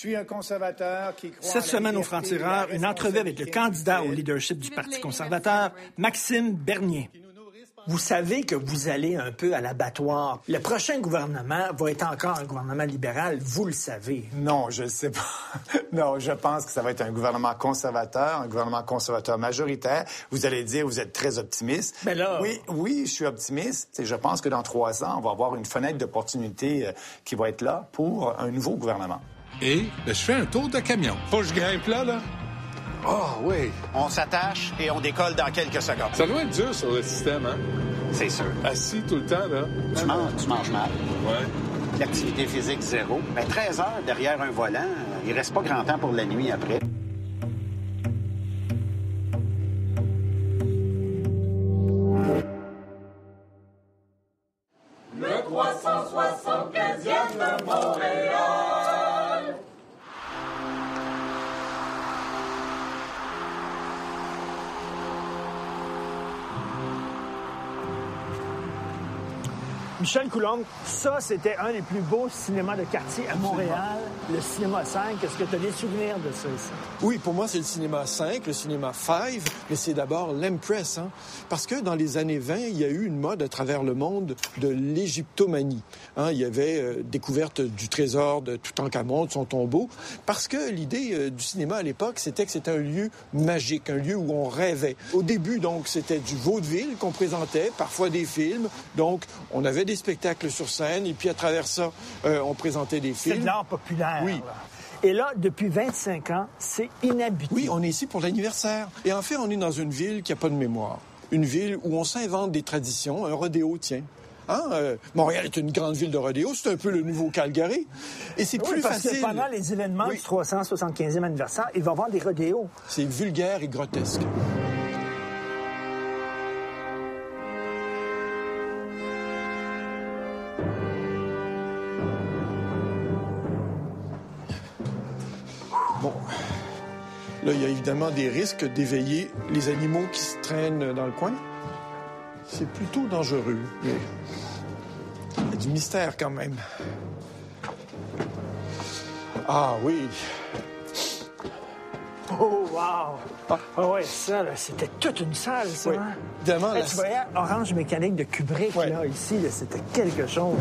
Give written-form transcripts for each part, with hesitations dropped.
suis un conservateur qui croit... Cette semaine au Franc-Tireur, une entrevue avec le candidat au leadership du Parti conservateur, Maxime Bernier. Vous savez que vous allez un peu à l'abattoir. Le prochain gouvernement va être encore un gouvernement libéral, vous le savez. Non, je ne sais pas. Non, je pense que ça va être un gouvernement conservateur majoritaire. Vous allez dire, vous êtes très optimiste. Mais là... Oui, je suis optimiste. Et je pense que dans 3 ans, on va avoir une fenêtre d'opportunité qui va être là pour un nouveau gouvernement. Et je fais un tour de camion. Faut que je grimpe là? Ah oui. On s'attache et on décolle dans quelques secondes. Ça doit être dur sur le système, hein? C'est sûr. Assis tout le temps, là. Tu manges mal. Ouais. L'activité physique, 0. 13 heures derrière un volant, il reste pas grand temps pour la nuit après. Le 375e de Montréal. Michel Coulombe, ça, c'était un des plus beaux cinémas de quartier à Montréal, le Cinéma 5. Est-ce que tu as des souvenirs de ça ici? Oui, pour moi, c'est le Cinéma 5, le Cinéma 5, mais c'est d'abord l'Empress, hein? Parce que dans les années 20, il y a eu une mode à travers le monde de l'égyptomanie. Hein? Il y avait découverte du trésor de Toutankhamon, de son tombeau, parce que l'idée du cinéma à l'époque, c'était que c'était un lieu magique, un lieu où on rêvait. Au début, donc, c'était du vaudeville qu'on présentait, parfois des films, donc on avait des spectacles sur scène, et puis à travers ça, on présentait des films. C'est de l'art populaire. Oui. Là. Et là, depuis 25 ans, c'est inhabité. Oui, on est ici pour l'anniversaire. Et en fait, on est dans une ville qui n'a pas de mémoire. Une ville où on s'invente des traditions, un rodéo, tiens. Hein? Montréal est une grande ville de rodéo, c'est un peu le nouveau Calgary. Et c'est plus parce facile. Que pendant les événements du 375e anniversaire, il va y avoir des rodéos. C'est vulgaire et grotesque. Bon, là, il y a évidemment des risques d'éveiller les animaux qui se traînent dans le coin. C'est plutôt dangereux, mais il y a du mystère quand même. Ah oui. Oh, wow! Ah ouais, ça, là, c'était toute une salle, ça. Oui. Hein? Évidemment, Tu voyais Orange Mécanique de Kubrick, là, ici, là, c'était quelque chose.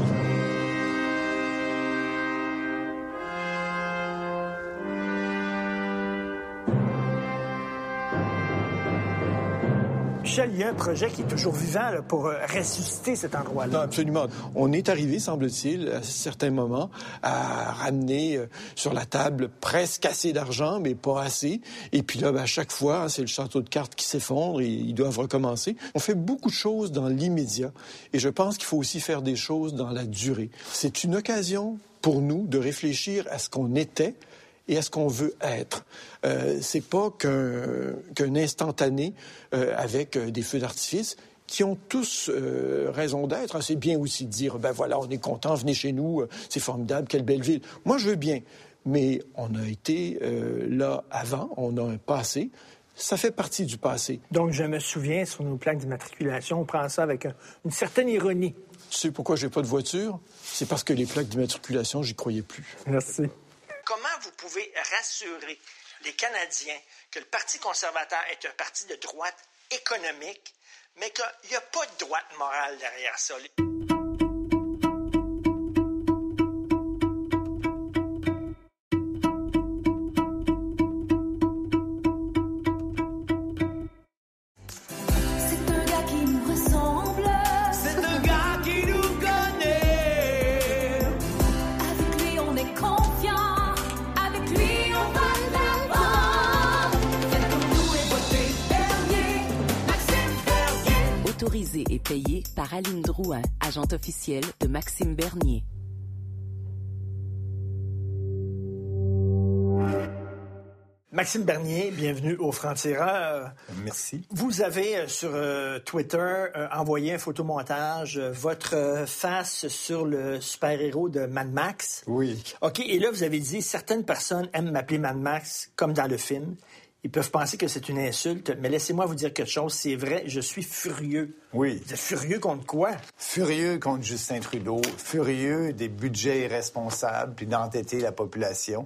Michel, il y a un projet qui est toujours vivant là, pour ressusciter cet endroit-là. Non, absolument. On est arrivé, semble-t-il, à certains moments, à ramener sur la table presque assez d'argent, mais pas assez. Et puis là, à chaque fois, c'est le château de cartes qui s'effondre et ils doivent recommencer. On fait beaucoup de choses dans l'immédiat. Et je pense qu'il faut aussi faire des choses dans la durée. C'est une occasion pour nous de réfléchir à ce qu'on était et à ce qu'on veut être. C'est pas qu'un instantané avec des feux d'artifice qui ont tous raison d'être. C'est bien aussi de dire, ben voilà, on est content, venez chez nous, c'est formidable, quelle belle ville. Moi, je veux bien, mais on a été là avant, on a un passé. Ça fait partie du passé. Donc, je me souviens, sur nos plaques d'immatriculation, on prend ça avec une certaine ironie. Tu sais pourquoi j'ai pas de voiture? C'est parce que les plaques d'immatriculation, j'y croyais plus. Merci. Comment vous pouvez rassurer les Canadiens que le Parti conservateur est un parti de droite économique, mais qu'il n'y a pas de droite morale derrière ça? Autorisé et payé par Aline Drouin, agente officielle de Maxime Bernier. Maxime Bernier, bienvenue au Franc-Tireur. Merci. Vous avez sur Twitter envoyé un photomontage, votre face sur le super-héros de Mad Max. Oui. OK, et là, vous avez dit, certaines personnes aiment m'appeler Mad Max, comme dans le film. Ils peuvent penser que c'est une insulte, mais laissez-moi vous dire quelque chose. C'est vrai, je suis furieux. Oui. Vous êtes furieux contre quoi? Furieux contre Justin Trudeau, furieux des budgets irresponsables, puis d'entêter la population.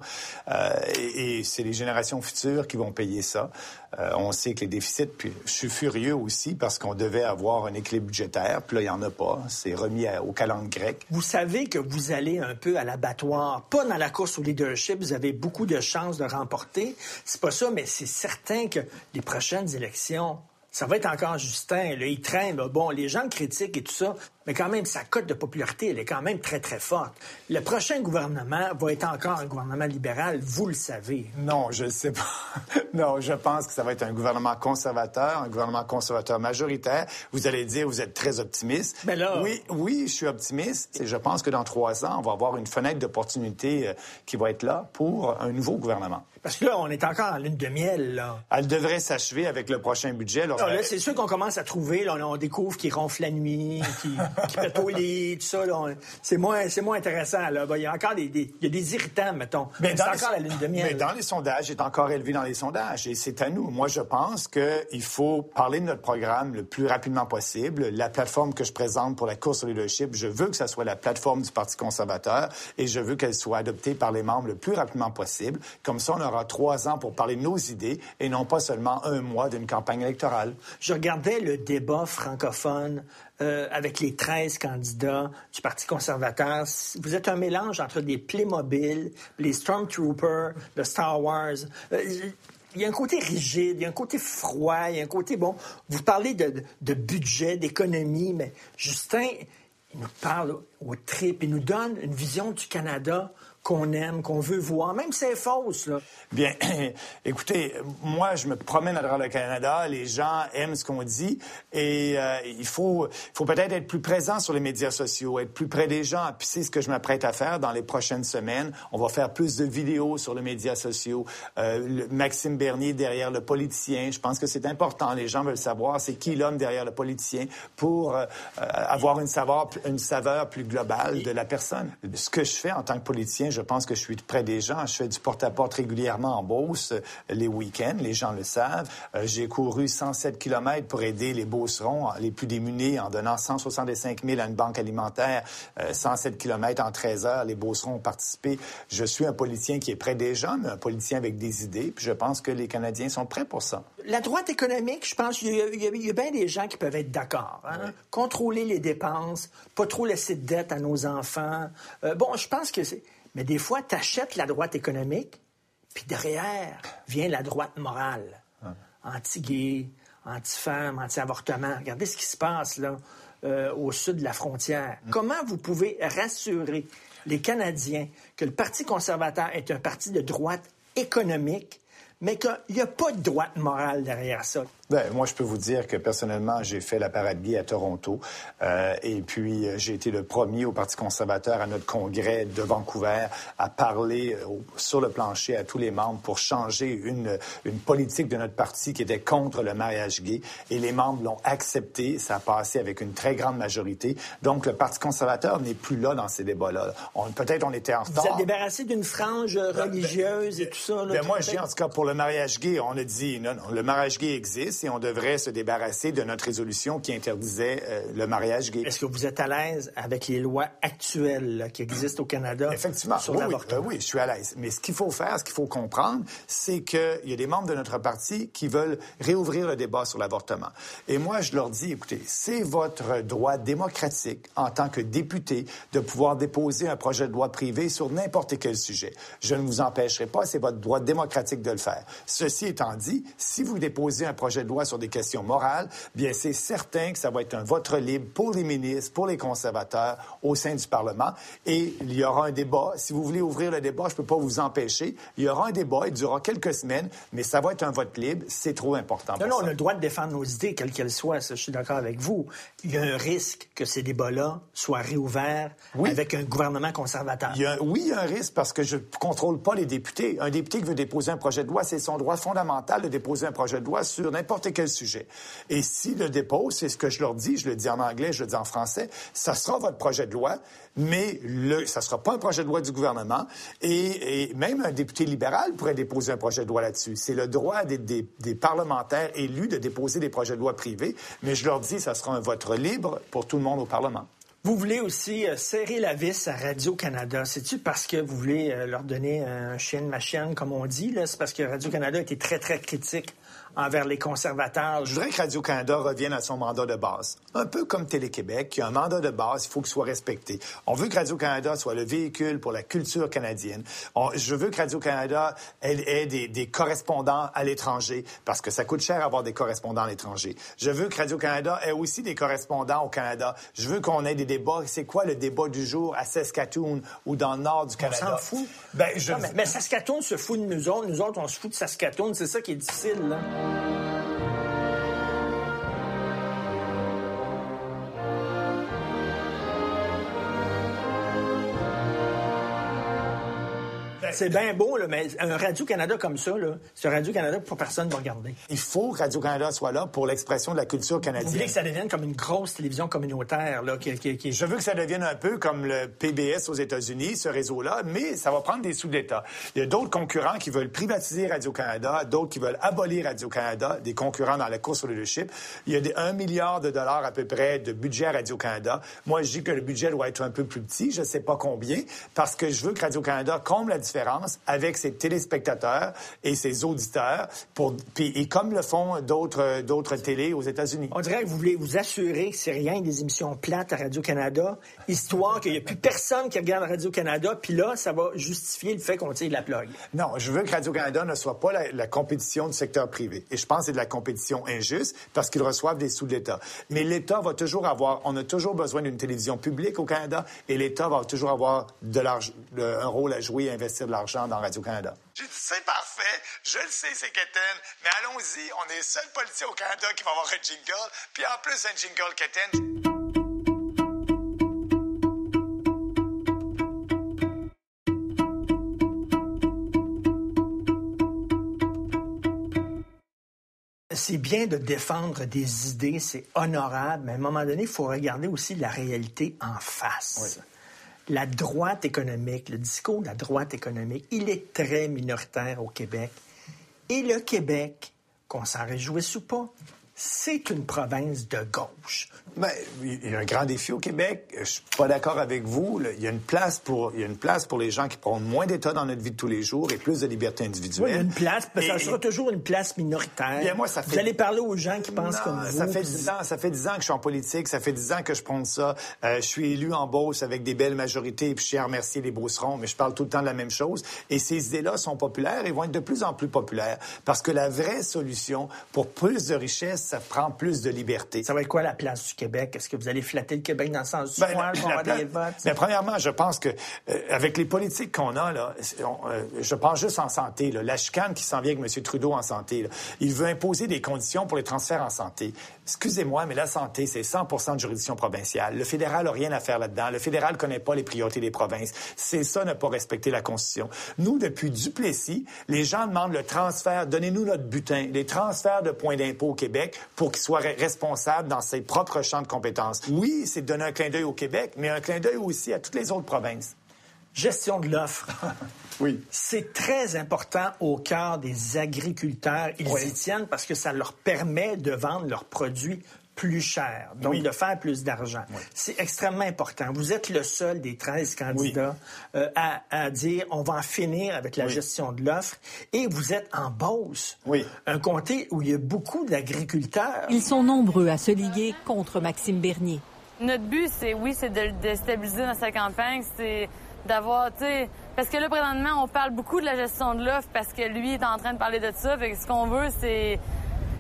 Et c'est les générations futures qui vont payer ça. On sait que les déficits, puis je suis furieux aussi parce qu'on devait avoir un équilibre budgétaire, puis là, il n'y en a pas. C'est remis au calendrier grec. Vous savez que vous allez un peu à l'abattoir, pas dans la course au leadership, vous avez beaucoup de chances de remporter. C'est pas ça, mais c'est certain que les prochaines élections, ça va être encore Justin. Là, il traîne. Là. Bon, les gens le critiquent et tout ça, mais quand même, sa cote de popularité, elle est quand même très, très forte. Le prochain gouvernement va être encore un gouvernement libéral, vous le savez. Non, je ne sais pas. Non, je pense que ça va être un gouvernement conservateur majoritaire. Vous allez dire, vous êtes très optimiste. Mais là... Oui, je suis optimiste. Et je pense que dans 3 ans, on va avoir une fenêtre d'opportunité qui va être là pour un nouveau gouvernement. Parce que là, on est encore en lune de miel, là. Elle devrait s'achever avec le prochain budget. Là, c'est sûr qu'on commence à trouver, là, on découvre qu'il ronfle la nuit, qu'il pétouille les... tout ça, là. C'est moins intéressant, là. Il y a encore il y a des irritants, mettons. Mais c'est encore la lune de miel. Mais dans les sondages, il est encore élevé dans les sondages. Et c'est à nous. Moi, je pense qu'il faut parler de notre programme le plus rapidement possible. La plateforme que je présente pour la course au leadership, je veux que ça soit la plateforme du Parti conservateur et je veux qu'elle soit adoptée par les membres le plus rapidement possible. Comme ça, on aura 3 ans pour parler de nos idées et non pas seulement 1 mois d'une campagne électorale. Je regardais le débat francophone avec les 13 candidats du Parti conservateur. Vous êtes un mélange entre des Playmobil, les Stormtroopers de Star Wars. Il y a un côté rigide, il y a un côté froid, il y a un côté, bon, vous parlez de budget, d'économie, mais Justin, il nous parle au trip, il nous donne une vision du Canada qu'on aime, qu'on veut voir, même si c'est fausse, là. Bien, écoutez, moi, je me promène à travers le Canada, les gens aiment ce qu'on dit et il faut peut-être être plus présent sur les médias sociaux, être plus près des gens. Puis c'est ce que je m'apprête à faire dans les prochaines semaines. On va faire plus de vidéos sur les médias sociaux. Maxime Bernier derrière le politicien, je pense que c'est important. Les gens veulent savoir c'est qui l'homme derrière le politicien pour avoir une saveur plus globale de la personne. Ce que je fais en tant que politicien, je pense que je suis près des gens. Je fais du porte-à-porte régulièrement en Beauce les week-ends. Les gens le savent. J'ai couru 107 km pour aider les Beaucerons les plus démunis en donnant 165 000 à une banque alimentaire. 107 km en 13 heures. Les Beaucerons ont participé. Je suis un politicien qui est près des gens, mais un politicien avec des idées. Puis je pense que les Canadiens sont prêts pour ça. La droite économique, je pense qu'il y a bien des gens qui peuvent être d'accord. Hein? Oui. Contrôler les dépenses, pas trop laisser de dette à nos enfants. Bon, je pense que c'est... Mais des fois, tu achètes la droite économique, puis derrière vient la droite morale. Anti-gay, anti-femme, anti-avortement. Regardez ce qui se passe là, au sud de la frontière. Comment vous pouvez rassurer les Canadiens que le Parti conservateur est un parti de droite économique, mais qu'il n'y a pas de droite morale derrière ça? Bien, moi, je peux vous dire que personnellement, j'ai fait la parade gay à Toronto. Et puis, j'ai été le premier au Parti conservateur à notre congrès de Vancouver à parler sur le plancher à tous les membres pour changer une politique de notre parti qui était contre le mariage gay. Et les membres l'ont accepté. Ça a passé avec une très grande majorité. Donc, le Parti conservateur n'est plus là dans ces débats-là. Peut-être on était en retard. Vous êtes débarrassé d'une frange religieuse et tout ça? Là, moi, je dis, en tout cas, pour le mariage gay, on a dit, non, le mariage gay existe et on devrait se débarrasser de notre résolution qui interdisait le mariage gay. Est-ce que vous êtes à l'aise avec les lois actuelles là, qui existent au Canada? Effectivement, sur l'avortement? Oui, je suis à l'aise. Mais ce qu'il faut faire, ce qu'il faut comprendre, c'est qu'il y a des membres de notre parti qui veulent réouvrir le débat sur l'avortement. Et moi, je leur dis, écoutez, c'est votre droit démocratique en tant que député de pouvoir déposer un projet de loi privé sur n'importe quel sujet. Je ne vous empêcherai pas, c'est votre droit démocratique de le faire. Ceci étant dit, si vous déposez un projet de loi sur des questions morales, bien, c'est certain que ça va être un vote libre pour les ministres, pour les conservateurs au sein du Parlement. Et il y aura un débat. Si vous voulez ouvrir le débat, je ne peux pas vous empêcher. Il y aura un débat, il durera quelques semaines, mais ça va être un vote libre. C'est trop important pour ça. Non, on a le droit de défendre nos idées, quelles qu'elles soient. Ça, je suis d'accord avec vous. Il y a un risque que ces débats-là soient réouverts avec un gouvernement conservateur. Il y a un risque parce que je ne contrôle pas les députés. Un député qui veut déposer un projet de loi, c'est son droit fondamental de déposer un projet de loi sur n'importe quel sujet. Et s'il le dépose, c'est ce que je leur dis, je le dis en anglais, je le dis en français, ça sera votre projet de loi, mais ça sera pas un projet de loi du gouvernement. Et même un député libéral pourrait déposer un projet de loi là-dessus. C'est le droit des parlementaires élus de déposer des projets de loi privés, mais je leur dis, ça sera un vote libre pour tout le monde au Parlement. Vous voulez aussi serrer la vis à Radio-Canada. C'est-tu parce que vous voulez leur donner un chien de ma chienne, comme on dit? Là? C'est parce que Radio-Canada a été très, très critique envers les conservateurs. Je voudrais que Radio-Canada revienne à son mandat de base. Un peu comme Télé-Québec, qui a un mandat de base, il faut qu'il soit respecté. On veut que Radio-Canada soit le véhicule pour la culture canadienne. Je veux que Radio-Canada ait des correspondants à l'étranger, parce que ça coûte cher avoir des correspondants à l'étranger. Je veux que Radio-Canada ait aussi des correspondants au Canada. Je veux qu'on ait des débats. C'est quoi le débat du jour à Saskatoon ou dans le nord du Canada? On s'en fout. Mais Saskatoon se fout de nous autres. Nous autres, on se fout de Saskatoon. C'est ça qui est difficile, là. C'est bien beau, là, mais un Radio-Canada comme ça, là, c'est un Radio-Canada que personne ne va regarder. Il faut que Radio-Canada soit là pour l'expression de la culture canadienne. Vous voulez que ça devienne comme une grosse télévision communautaire, là, Je veux que ça devienne un peu comme le PBS aux États-Unis, ce réseau-là, mais ça va prendre des sous de l'État. Il y a d'autres concurrents qui veulent privatiser Radio-Canada, d'autres qui veulent abolir Radio-Canada, des concurrents dans la course au leadership. Il y a 1 milliard de dollars à peu près de budget à Radio-Canada. Moi, je dis que le budget doit être un peu plus petit, je ne sais pas combien, parce que je veux que Radio-Canada comble la différence avec ses téléspectateurs et ses auditeurs, et comme le font d'autres télés aux États-Unis. On dirait que vous voulez vous assurer que c'est rien des émissions plates à Radio-Canada, histoire qu'il n'y ait plus personne qui regarde Radio-Canada, puis là, ça va justifier le fait qu'on tire de la plug. Non, je veux que Radio-Canada ne soit pas la compétition du secteur privé. Et je pense que c'est de la compétition injuste parce qu'ils reçoivent des sous de l'État. Mais l'État va toujours on a toujours besoin d'une télévision publique au Canada, et l'État va toujours avoir un rôle à jouer et investir de l'argent dans Radio-Canada. J'ai dit, c'est parfait, je le sais, c'est quétaine, mais allons-y, on est le seul politicien au Canada qui va avoir un jingle, puis en plus un jingle quétaine. C'est bien de défendre des idées, c'est honorable, mais à un moment donné, il faut regarder aussi la réalité en face. Oui. La droite économique, le discours de la droite économique, il est très minoritaire au Québec. Et le Québec, qu'on s'en réjouisse ou pas, c'est une province de gauche. Bien, il y a un grand défi au Québec. Je suis pas d'accord avec vous. Il y a une place pour les gens qui prennent moins d'État dans notre vie de tous les jours et plus de liberté individuelle. Oui, il y a une place, mais ça sera toujours une place minoritaire. Bien, moi, vous allez parler aux gens qui pensent comme vous. Ça fait 10 ans que je suis en politique. Ça fait 10 ans que je prône ça. Je suis élu en Beauce avec des belles majorités, puis je tiens à remercier les Beaucerons, mais je parle tout le temps de la même chose. Et ces idées-là sont populaires et vont être de plus en plus populaires parce que la vraie solution pour plus de richesse, ça prend plus de liberté. Ça va être quoi la place du Québec? Est-ce que vous allez flatter le Québec dans le sens du poil pour avoir des votes? Mais premièrement, je pense que avec les politiques qu'on a, là, je pense juste en santé. Là, la chicane qui s'en vient avec M. Trudeau en santé, là, il veut imposer des conditions pour les transferts en santé. Excusez-moi, mais la santé, c'est 100% de juridiction provinciale. Le fédéral n'a rien à faire là-dedans. Le fédéral ne connaît pas les priorités des provinces. C'est ça, ne pas respecter la Constitution. Nous, depuis Duplessis, les gens demandent le transfert, donnez-nous notre butin, les transferts de points d'impôt au Québec pour qu'ils soient responsables dans ses propres champs de compétences. Oui, c'est de donner un clin d'œil au Québec, mais un clin d'œil aussi à toutes les autres provinces. Gestion de l'offre. Oui. C'est très important au cœur des agriculteurs. Ils y tiennent parce que ça leur permet de vendre leurs produits plus cher, donc de faire plus d'argent. Oui. C'est extrêmement important. Vous êtes le seul des 13 candidats à dire on va en finir avec la gestion de l'offre, et vous êtes en Beauce, un comté où il y a beaucoup d'agriculteurs. Ils sont nombreux à se liguer contre Maxime Bernier. Notre but, c'est de le déstabiliser dans sa campagne, c'est d'avoir, tu sais, parce que là, présentement, on parle beaucoup de la gestion de l'offre parce que lui est en train de parler de ça, fait que ce qu'on veut, c'est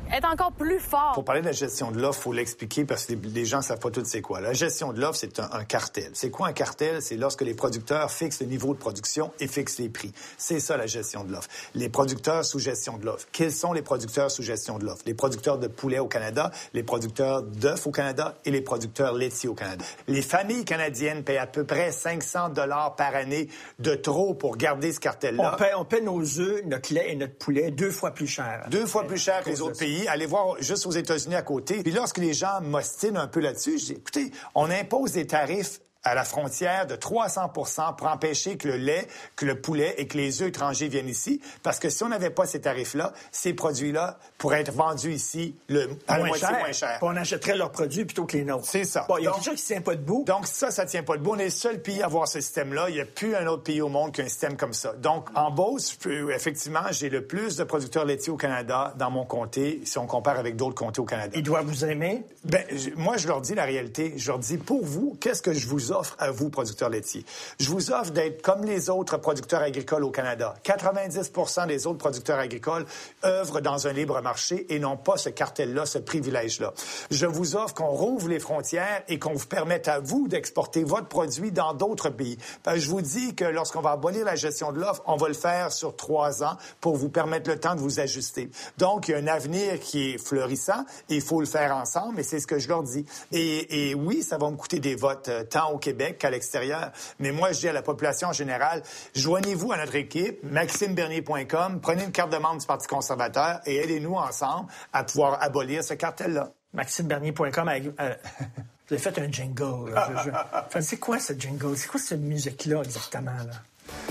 être encore plus fort. Pour parler de la gestion de l'offre, il faut l'expliquer parce que les gens ne savent pas tout c'est quoi. La gestion de l'offre, c'est un cartel. C'est quoi un cartel? C'est lorsque les producteurs fixent le niveau de production et fixent les prix. C'est ça, la gestion de l'offre. Les producteurs sous gestion de l'offre. Quels sont les producteurs sous gestion de l'offre? Les producteurs de poulet au Canada, les producteurs d'œufs au Canada et les producteurs laitiers au Canada. Les familles canadiennes payent à peu près 500 $ par année de trop pour garder ce cartel-là. On paie nos œufs, notre lait et notre poulet 2 fois plus cher. 2 fois plus cher que les autres pays. Allez voir juste aux États-Unis à côté. Puis lorsque les gens m'ostinent un peu là-dessus, je dis, écoutez, on impose des tarifs à la frontière de 300 % pour empêcher que le lait, que le poulet et que les œufs étrangers viennent ici. Parce que si on n'avait pas ces tarifs-là, ces produits-là pourraient être vendus ici à la moitié moins cher. On achèterait leurs produits plutôt que les nôtres. C'est ça. Bon, il y a quelque chose qui ne tient pas debout. Donc ça tient pas debout. On est le seul pays à avoir ce système-là. Il n'y a plus un autre pays au monde qui a un système comme ça. Donc, en Beauce, effectivement, j'ai le plus de producteurs laitiers au Canada dans mon comté, si on compare avec d'autres comtés au Canada. Ils doivent vous aimer? Moi, je leur dis la réalité. Je leur dis, pour vous, qu'est-ce que je vous offre à vous, producteurs laitiers? Je vous offre d'être comme les autres producteurs agricoles au Canada. 90 % des autres producteurs agricoles œuvrent dans un libre marché et n'ont pas ce cartel-là, ce privilège-là. Je vous offre qu'on rouvre les frontières et qu'on vous permette à vous d'exporter votre produit dans d'autres pays. Je vous dis que lorsqu'on va abolir la gestion de l'offre, on va le faire sur 3 ans pour vous permettre le temps de vous ajuster. Donc, il y a un avenir qui est florissant et il faut le faire ensemble et c'est ce que je leur dis. Et oui, ça va me coûter des votes tant au Québec qu'à l'extérieur. Mais moi, je dis à la population en général, joignez-vous à notre équipe, MaximeBernier.com, prenez une carte de membre du Parti conservateur et aidez-nous ensemble à pouvoir abolir ce cartel-là. MaximeBernier.com Vous avez fait un jingle. C'est quoi ce jingle? C'est quoi cette musique-là exactement? Là?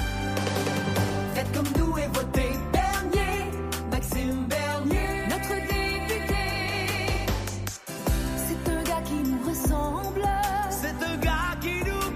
Faites comme nous et votez Bernier, Maxime Bernier, notre député. C'est un gars qui nous ressemble. C'est un gars qui nous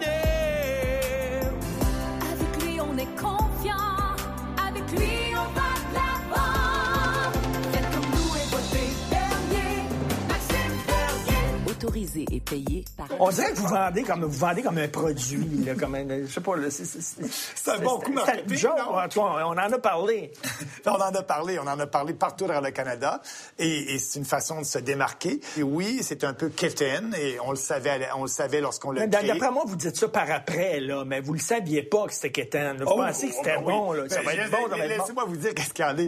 connaît. Avec lui, on est confiant. Avec lui, on va de l'avant. Faites comme nous et votez Bernier, Maxime Bernier. Autorisé et payé par... On dirait que vous vendez comme un produit, là, comme un, je sais pas, là, c'est un bon coup marketing, on en a parlé. On en a parlé partout dans le Canada, et c'est une façon de se démarquer. Et oui, c'est un peu quétaine, et on le savait lorsqu'on l'a créé. D'après moi, vous dites ça par après, là, mais vous le saviez pas que c'était quétaine. Vous pensiez que c'était bon, là, ça va être bon. Laissez-moi vous dire qu'est-ce qu'il y en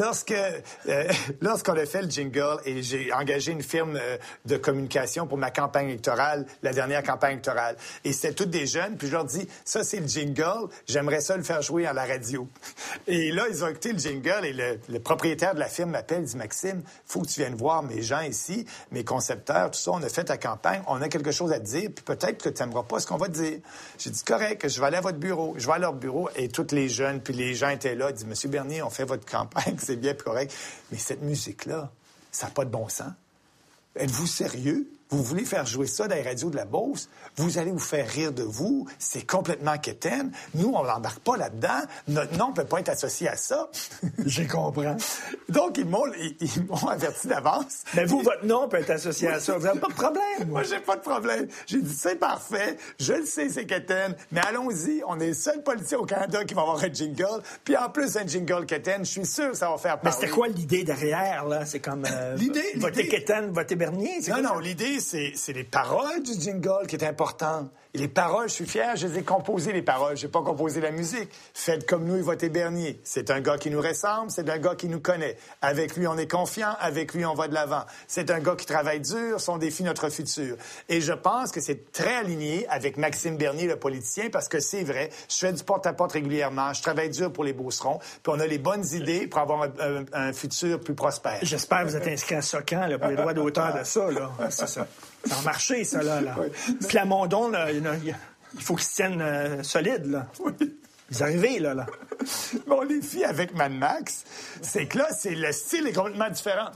est. Lorsqu'on a fait le jingle, et j'ai engagé une firme de communication pour ma campagne électorale, la dernière campagne électorale. Et c'était toutes des jeunes, puis je leur dis, ça c'est le jingle, j'aimerais ça le faire jouer à la radio. Et là, ils ont écouté le jingle et le propriétaire de la firme m'appelle, dit, Maxime, faut que tu viennes voir mes gens ici, mes concepteurs, tout ça, on a fait ta campagne, on a quelque chose à te dire, puis peut-être que tu n'aimeras pas ce qu'on va te dire. J'ai dit, correct, je vais aller à votre bureau. Je vais à leur bureau et tous les jeunes, puis les gens étaient là, ils disent, Monsieur Bernier, on fait votre campagne, c'est bien, puis correct. Mais cette musique-là, ça n'a pas de bon sens. Êtes-vous sérieux? Vous voulez faire jouer ça dans les radios de la Beauce? Vous allez vous faire rire de vous? C'est complètement quétaine. Nous, on n'embarque pas là-dedans. Notre nom ne peut pas être associé à ça. J'ai compris. Donc, ils m'ont averti d'avance. Mais vous, votre nom peut être associé à ça. Vous n'avez pas de problème. Moi, j'ai pas de problème. J'ai dit, c'est parfait. Je le sais, c'est quétaine. Mais allons-y. On est le seul politicien au Canada qui va avoir un jingle. Puis en plus, un jingle quétaine, je suis sûr que ça va faire parler. Mais c'était quoi l'idée derrière, là? C'est comme... Votez quétaine, votez Bernier? Non, l'idée, c'est les paroles du jingle qui est important. Et les paroles, je suis fier, je les ai composées, les paroles. J'ai pas composé la musique. Faites comme nous et votez Bernier. C'est un gars qui nous ressemble, c'est un gars qui nous connaît. Avec lui, on est confiant. Avec lui, on va de l'avant. C'est un gars qui travaille dur. Son défi, notre futur. Et je pense que c'est très aligné avec Maxime Bernier, le politicien, parce que c'est vrai, je fais du porte-à-porte régulièrement. Je travaille dur pour les Beaucerons. Puis on a les bonnes idées pour avoir un futur plus prospère. J'espère que vous êtes inscrit à Socan, là, pour les droits d'auteur de ça, là. C'est ça. Ça a marché, ça, là. Oui. Plamondon, là, il faut qu'ils se tiennent solides, là. Oui. Vous arrivez, là. Bon, les filles avec Mad Max, c'est que là, le style est complètement différent.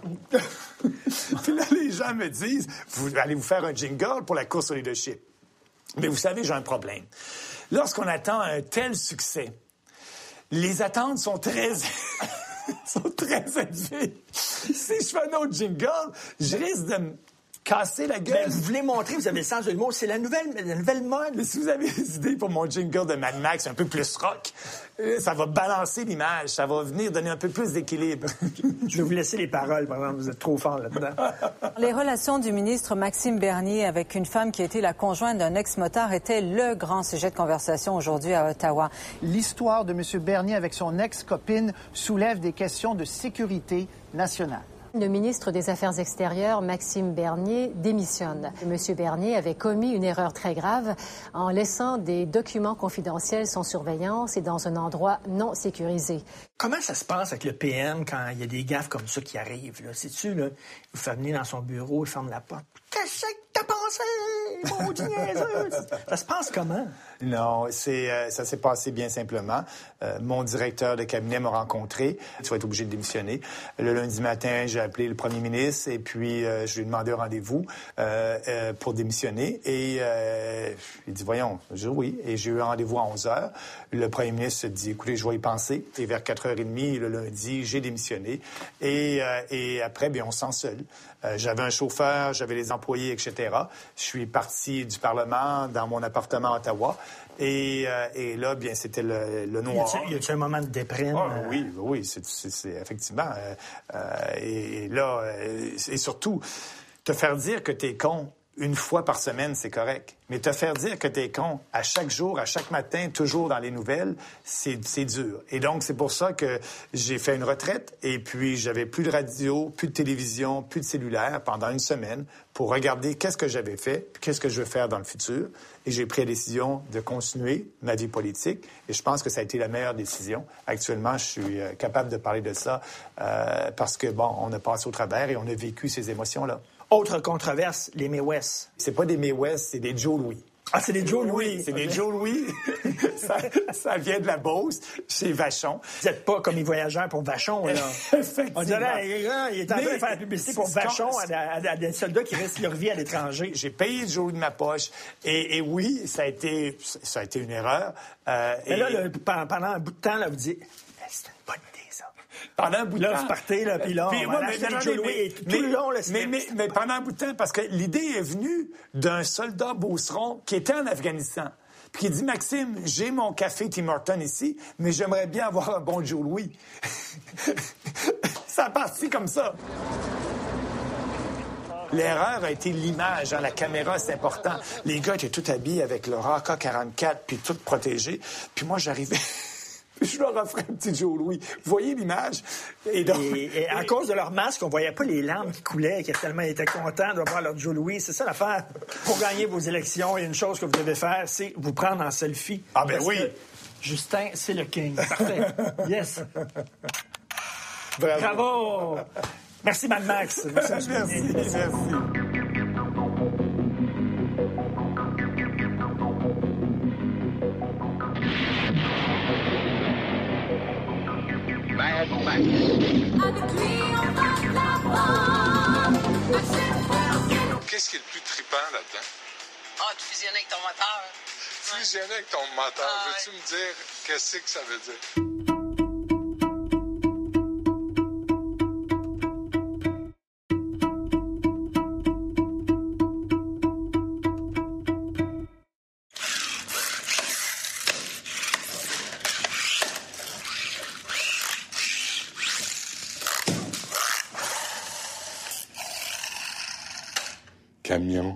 Puis là, les gens me disent, vous allez vous faire un jingle pour la course au leadership. Mais vous savez, j'ai un problème. Lorsqu'on attend un tel succès, les attentes sont très... sont très élevées. Si je fais un autre jingle, je risque casser la gueule. Ben, vous voulez montrer, vous avez le sens de l'humour. C'est la nouvelle mode. Mais si vous avez des idées pour mon jingle de Mad Max un peu plus rock, ça va balancer l'image. Ça va venir donner un peu plus d'équilibre. Je vais vous laisser les paroles, par exemple. Vous êtes trop fort là-dedans. Les relations du ministre Maxime Bernier avec une femme qui a été la conjointe d'un ex-motard était le grand sujet de conversation aujourd'hui à Ottawa. L'histoire de M. Bernier avec son ex-copine soulève des questions de sécurité nationale. Le ministre des Affaires extérieures, Maxime Bernier, démissionne. M. Bernier avait commis une erreur très grave en laissant des documents confidentiels sans surveillance et dans un endroit non sécurisé. Comment ça se passe avec le PM quand il y a des gaffes comme ça qui arrivent? Là? Sais-tu, là, il vous fait venir dans son bureau, il ferme la porte. Qu'est-ce que t'as pensé, maudit niaiseux? Ça se passe comment? Non, ça s'est passé bien simplement. Mon directeur de cabinet m'a rencontré. Tu vas être obligé de démissionner. Le lundi matin, j'ai appelé le premier ministre et puis je lui ai demandé un rendez-vous pour démissionner. Et il dit, voyons, je dis oui. Et j'ai eu un rendez-vous à 11h. Le premier ministre se dit, écoutez, je vais y penser. Et vers 4h30, le lundi, j'ai démissionné. Et après, bien, on se sent seul. J'avais un chauffeur, j'avais les employés, etc. Je suis parti du Parlement dans mon appartement à Ottawa. Et là, bien, c'était le noir. Y a-t-il un moment de déprime? Oui, c'est effectivement. Et là, et surtout, te faire dire que t'es con une fois par semaine, c'est correct. Mais te faire dire que t'es con à chaque jour, à chaque matin, toujours dans les nouvelles, c'est dur. Et donc, c'est pour ça que j'ai fait une retraite. Et puis, j'avais plus de radio, plus de télévision, plus de cellulaire pendant une semaine pour regarder qu'est-ce que j'avais fait, puis qu'est-ce que je veux faire dans le futur. Et j'ai pris la décision de continuer ma vie politique. Et je pense que ça a été la meilleure décision. Actuellement, je suis capable de parler de ça parce que, bon, on a passé au travers et on a vécu ces émotions-là. Autre controverse, les Mae West. C'est pas des Mae West, c'est des Joe Louis. Ah, c'est des Joe Louis. C'est des Joe Louis. ça vient de la Beauce, chez Vachon. Vous n'êtes pas comme les voyageurs pour Vachon, là. On dirait, il est en train de faire la publicité pour Vachon à des soldats qui risquent leur vie à l'étranger. J'ai payé Joe Louis de ma poche. Et oui, ça a été une erreur. Mais là, pendant un bout de temps, là, vous dites, c'est une bonne idée, ça. Pendant un bout de temps. Là, vous partez, là, puis là, mais pendant un bout de temps, parce que l'idée est venue d'un soldat beauceron qui était en Afghanistan, puis qui dit, Maxime, j'ai mon café Tim Hortons ici, mais j'aimerais bien avoir un bon Joe Louis. Ça a parti comme ça. L'erreur a été l'image. Hein? La caméra, c'est important. Les gars étaient tout habillés avec leur AK-44, puis tout protégés. Puis moi, j'arrivais... Je leur offrais un petit Joe Louis. Vous voyez l'image? Et à cause de leur masque, on voyait pas les larmes qui coulaient, qui tellement étaient contents de voir leur Joe Louis. C'est ça l'affaire. Pour gagner vos élections, il y a une chose que vous devez faire, c'est vous prendre en selfie. Ah ben oui! Justin, c'est le king. Parfait. Yes. Bravo! Bravo! Merci, Mad Max. Merci. Mad Max. Qu'est-ce qui est le plus trippant là-dedans? Ah, de fusionner avec ton moteur. Fusionner avec ton moteur. Veux-tu me dire qu'est-ce que ça veut dire? Camion.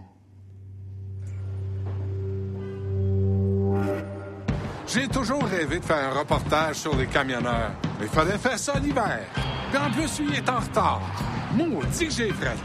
J'ai toujours rêvé de faire un reportage sur les camionneurs. Mais il fallait faire ça l'hiver. Puis en plus, lui, il est en retard. Maudit que j'ai frette.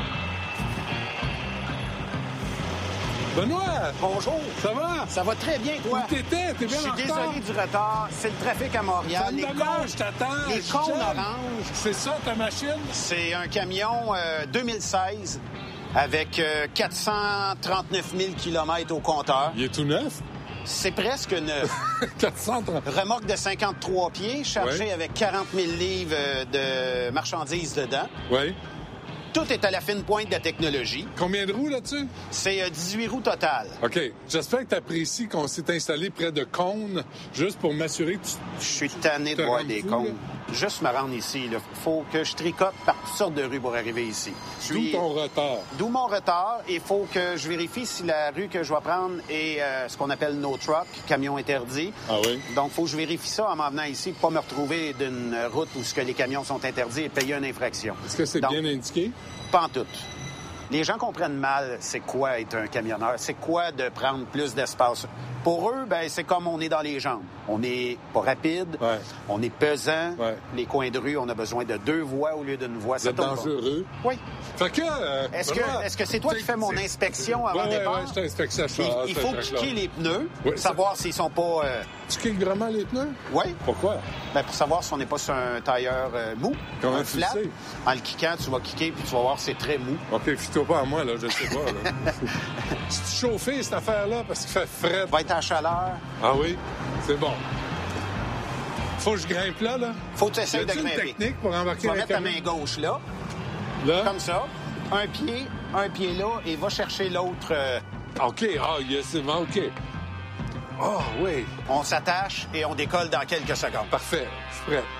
Benoît! Bonjour! Ça va? Ça va très bien, toi? Où t'étais? T'es bien en retard? Je suis désolé du retard. C'est le trafic à Montréal. Les cônes oranges. C'est ça, ta machine? C'est un camion 2016 avec 439 000 km au compteur. Il est tout neuf? C'est presque neuf. 430. Remorque de 53 pieds, chargée avec 40 000 livres de marchandises dedans. Oui. Tout est à la fine pointe de la technologie. Combien de roues là-dessus? C'est 18 roues total. OK. J'espère que tu apprécies qu'on s'est installé près de cônes, juste pour m'assurer que tu... Je suis tanné de voir des cônes. juste me rendre ici. Il faut que je tricote par toutes sortes de rues pour arriver ici. D'où ton retard. D'où mon retard. Il faut que je vérifie si la rue que je vais prendre est ce qu'on appelle no truck, camion interdit. Ah oui? Donc, il faut que je vérifie ça en m'en venant ici pour pas me retrouver d'une route où les camions sont interdits et payer une infraction. Est-ce que c'est bien indiqué? Pas en tout. Les gens comprennent mal c'est quoi être un camionneur, c'est quoi de prendre plus d'espace. Pour eux, ben c'est comme on est dans les jambes. On n'est pas rapide, on est pesant. Les coins de rue, on a besoin de 2 voies au lieu d'une voie. C'est dangereux. Oui. Fait que... Est-ce que c'est toi qui fais mon inspection avant le départ? Oui, je t'inspecte ça. Il faut kicker les pneus, savoir s'ils sont pas... Tu kicks vraiment les pneus? Oui. Pourquoi? Ben, pour savoir si on n'est pas sur un tailleur mou, comment un flat. Tu sais? En le kickant, tu vas kicker puis tu vas voir c'est très mou. OK, fie-toi pas à moi, là, je sais pas. Là. C'est chauffé, cette affaire-là, parce qu'il fait frais. Va être en chaleur. Ah oui? C'est bon. Faut que je grimpe là? Faut que tu essaies de grimper. Une technique pour embarquer tu vas dans mettre ta main gauche là. Comme ça. Un pied là, et va chercher l'autre. OK, c'est bon, OK. Ah, oui. On s'attache et on décolle dans quelques secondes. Parfait, je suis prêt.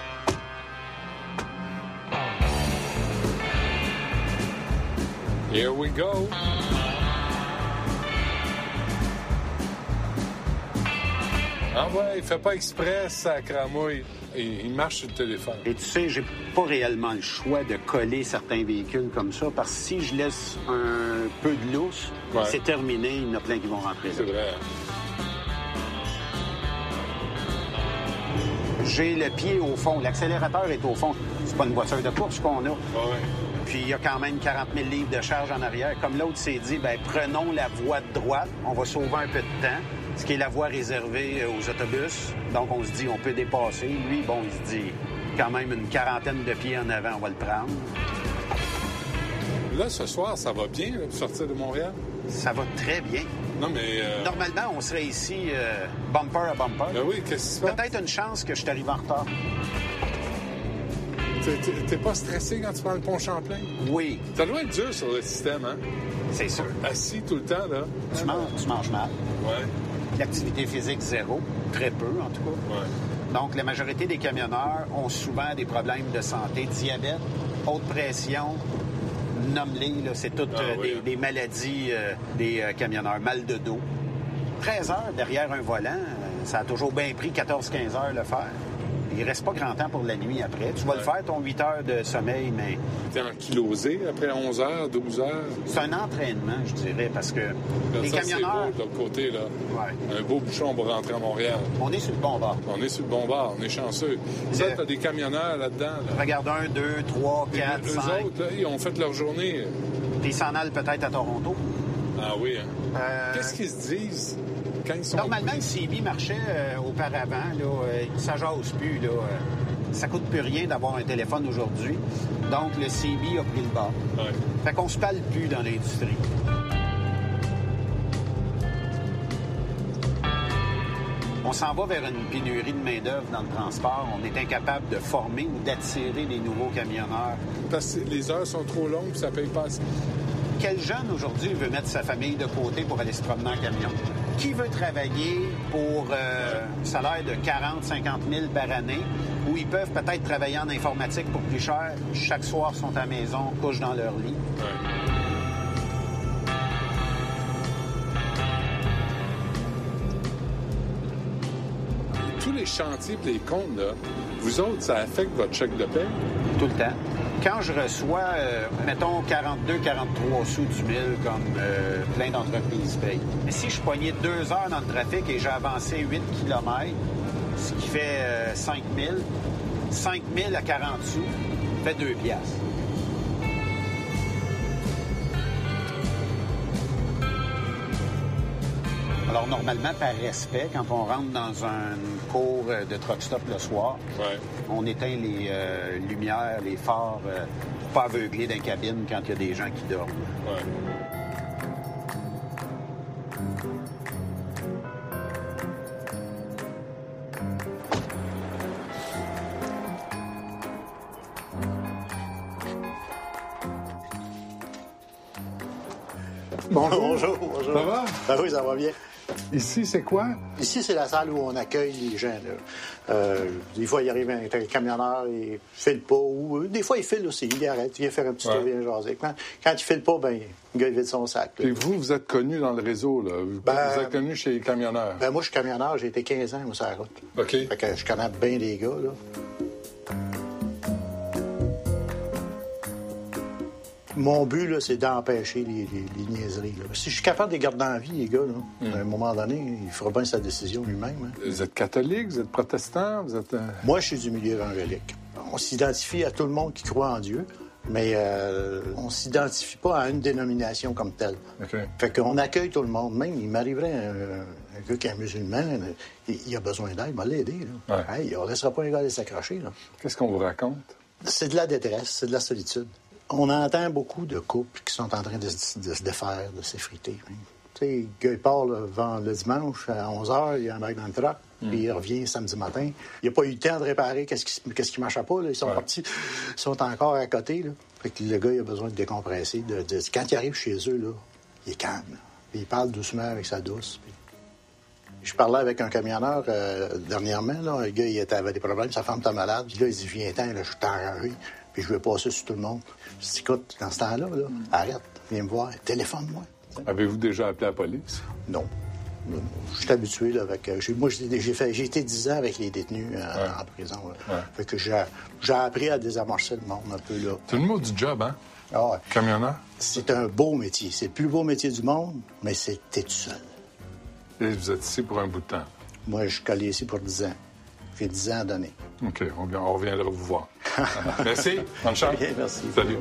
Here we go. Ah ouais, il fait pas exprès, ça cramouille. Il marche sur le téléphone. Et tu sais, j'ai pas réellement le choix de coller certains véhicules comme ça, parce que si je laisse un peu de lousse, c'est terminé, il y en a plein qui vont rentrer là. C'est vrai. J'ai le pied au fond. L'accélérateur est au fond. C'est pas une voiture de course qu'on a. Ouais. Puis il y a quand même 40 000 livres de charge en arrière. Comme l'autre s'est dit, ben prenons la voie de droite. On va sauver un peu de temps, ce qui est la voie réservée aux autobus. Donc on se dit, on peut dépasser. Lui, bon, il se dit, quand même une quarantaine de pieds en avant, on va le prendre. Là, ce soir, ça va bien, là, pour sortir de Montréal? Ça va très bien. Non, mais... Normalement, on serait ici bumper à bumper. Ben oui, qu'est-ce qui se passe? Peut-être une chance que je t'arrive en retard. T'es pas stressé quand tu prends le pont Champlain? Oui. Ça doit être dur sur le système, hein? C'est sûr. Assis tout le temps, là. Tu manges mal. Ouais. L'activité physique, zéro. Très peu, en tout cas. Ouais. Donc, la majorité des camionneurs ont souvent des problèmes de santé. Diabète, haute pression, nomme-les, là, c'est toutes des maladies des camionneurs. Mal de dos. 13 heures derrière un volant, ça a toujours bien pris 14-15 heures le faire. Il reste pas grand temps pour la nuit après. Tu vas le faire, ton 8 heures de sommeil, mais... T'es ankylosé après 11 heures, 12 heures? C'est un entraînement, je dirais, parce que les ça, camionneurs... C'est beau, de l'autre côté, là. Ouais. Un beau bouchon pour rentrer à Montréal. On est sur le bon bord. On est sur le bon bord, on est chanceux. Ça, t'as des camionneurs là-dedans. Là. Regarde, 1, 2, 3, 4, 5... Eux autres, là, ils ont fait leur journée. Puis ils s'en allent peut-être à Toronto. Ah oui, hein? Qu'est-ce qu'ils se disent? Quand ils sont... Normalement, le CB marchait auparavant. Là, ça jase plus. Là, ça coûte plus rien d'avoir un téléphone aujourd'hui. Donc, le CB a pris le bas. Ouais. Fait qu'on se parle plus dans l'industrie. On s'en va vers une pénurie de main-d'œuvre dans le transport. On est incapable de former ou d'attirer des nouveaux camionneurs. Parce que les heures sont trop longues et ça paye pas assez. Quel jeune aujourd'hui veut mettre sa famille de côté pour aller se promener en camion? Qui veut travailler pour un salaire de 40-50 000 par année, où ils peuvent peut-être travailler en informatique pour plus cher, chaque soir sont à la maison, couchent dans leur lit? Ouais. Tous les chantiers et les comptes, là, vous autres, ça affecte votre chèque de paie? Tout le temps. Quand je reçois, mettons, 42, 43 sous du mille, comme plein d'entreprises payent. Mais si je pognais 2 heures dans le trafic et j'ai avancé 8 km, ce qui fait 5 000, 5 000 à 40 sous, fait 2 piastres. Alors, normalement, par respect, quand on rentre dans un cours de truck stop le soir, on éteint les lumières, les phares, pour pas aveugler dans la cabine quand il y a des gens qui dorment. Ouais. Bonjour. Bonjour. Ça va? Ben oui, ça va bien. Ici, c'est quoi? Ici, c'est la salle où on accueille les gens. Là. Des fois, il arrive un camionneur, il ne file pas. Ou des fois, il file aussi. Il arrête, il vient faire un petit tour, il vient jaser. Quand il ne file pas, ben, le gars, il vide son sac. Et vous êtes connu dans le réseau, là? Vous êtes connu chez les camionneurs? Ben, moi, je suis camionneur. J'ai été 15 ans, moi, sur la route. OK. Fait que je connais bien les gars, là. Mon but, là, c'est d'empêcher les niaiseries. Là. Si je suis capable de les garder en vie, les gars, là, à un moment donné, il fera bien sa décision lui-même. Hein. Vous êtes catholique? Vous êtes protestant? Vous êtes... Moi, je suis du milieu évangélique. On s'identifie à tout le monde qui croit en Dieu, mais on s'identifie pas à une dénomination comme telle. Okay. Fait qu'on accueille tout le monde. Même, il m'arriverait un gars qui est musulman, il a besoin d'aide, il va l'aider. Là. Ouais. Hey, on ne laissera pas un gars aller s'accrocher. Qu'est-ce qu'on vous raconte? C'est de la détresse, c'est de la solitude. On entend beaucoup de couples qui sont en train de se défaire, de s'effriter. Tu sais, le gars, il part le dimanche à 11h, il embarque dans le truck, puis il revient samedi matin. Il n'a pas eu le temps de réparer qu'est-ce qui ne marchait pas. Là. Ils sont partis, ils sont encore à côté. Là. Fait que le gars, il a besoin de décompresser. Quand il arrive chez eux, là, il est calme. Puis il parle doucement avec sa douce. Puis... Je parlais avec un camionneur dernièrement. Là. Le gars, il avait des problèmes, sa femme était malade. Puis là, il dit, viens-t'en, je suis enragé. Puis je vais passer sur tout le monde. Je dis, écoute, dans ce temps-là, arrête, viens me voir, téléphone-moi. Avez-vous déjà appelé la police? Non. Je suis habitué là, avec. Moi, j'ai été 10 ans avec les détenus en prison. Là. Ouais. Fait que j'ai appris à désamorcer le monde un peu là. C'est le mot du job, hein? Ah ouais. Camionneur? C'est un beau métier. C'est le plus beau métier du monde, mais t'es tout seul. Et vous êtes ici pour un bout de temps? Moi, je suis collé ici pour 10 ans. J'ai 10 ans à donner. OK, on reviendra vous voir. Merci. Bonne chance. Okay, merci. Salut.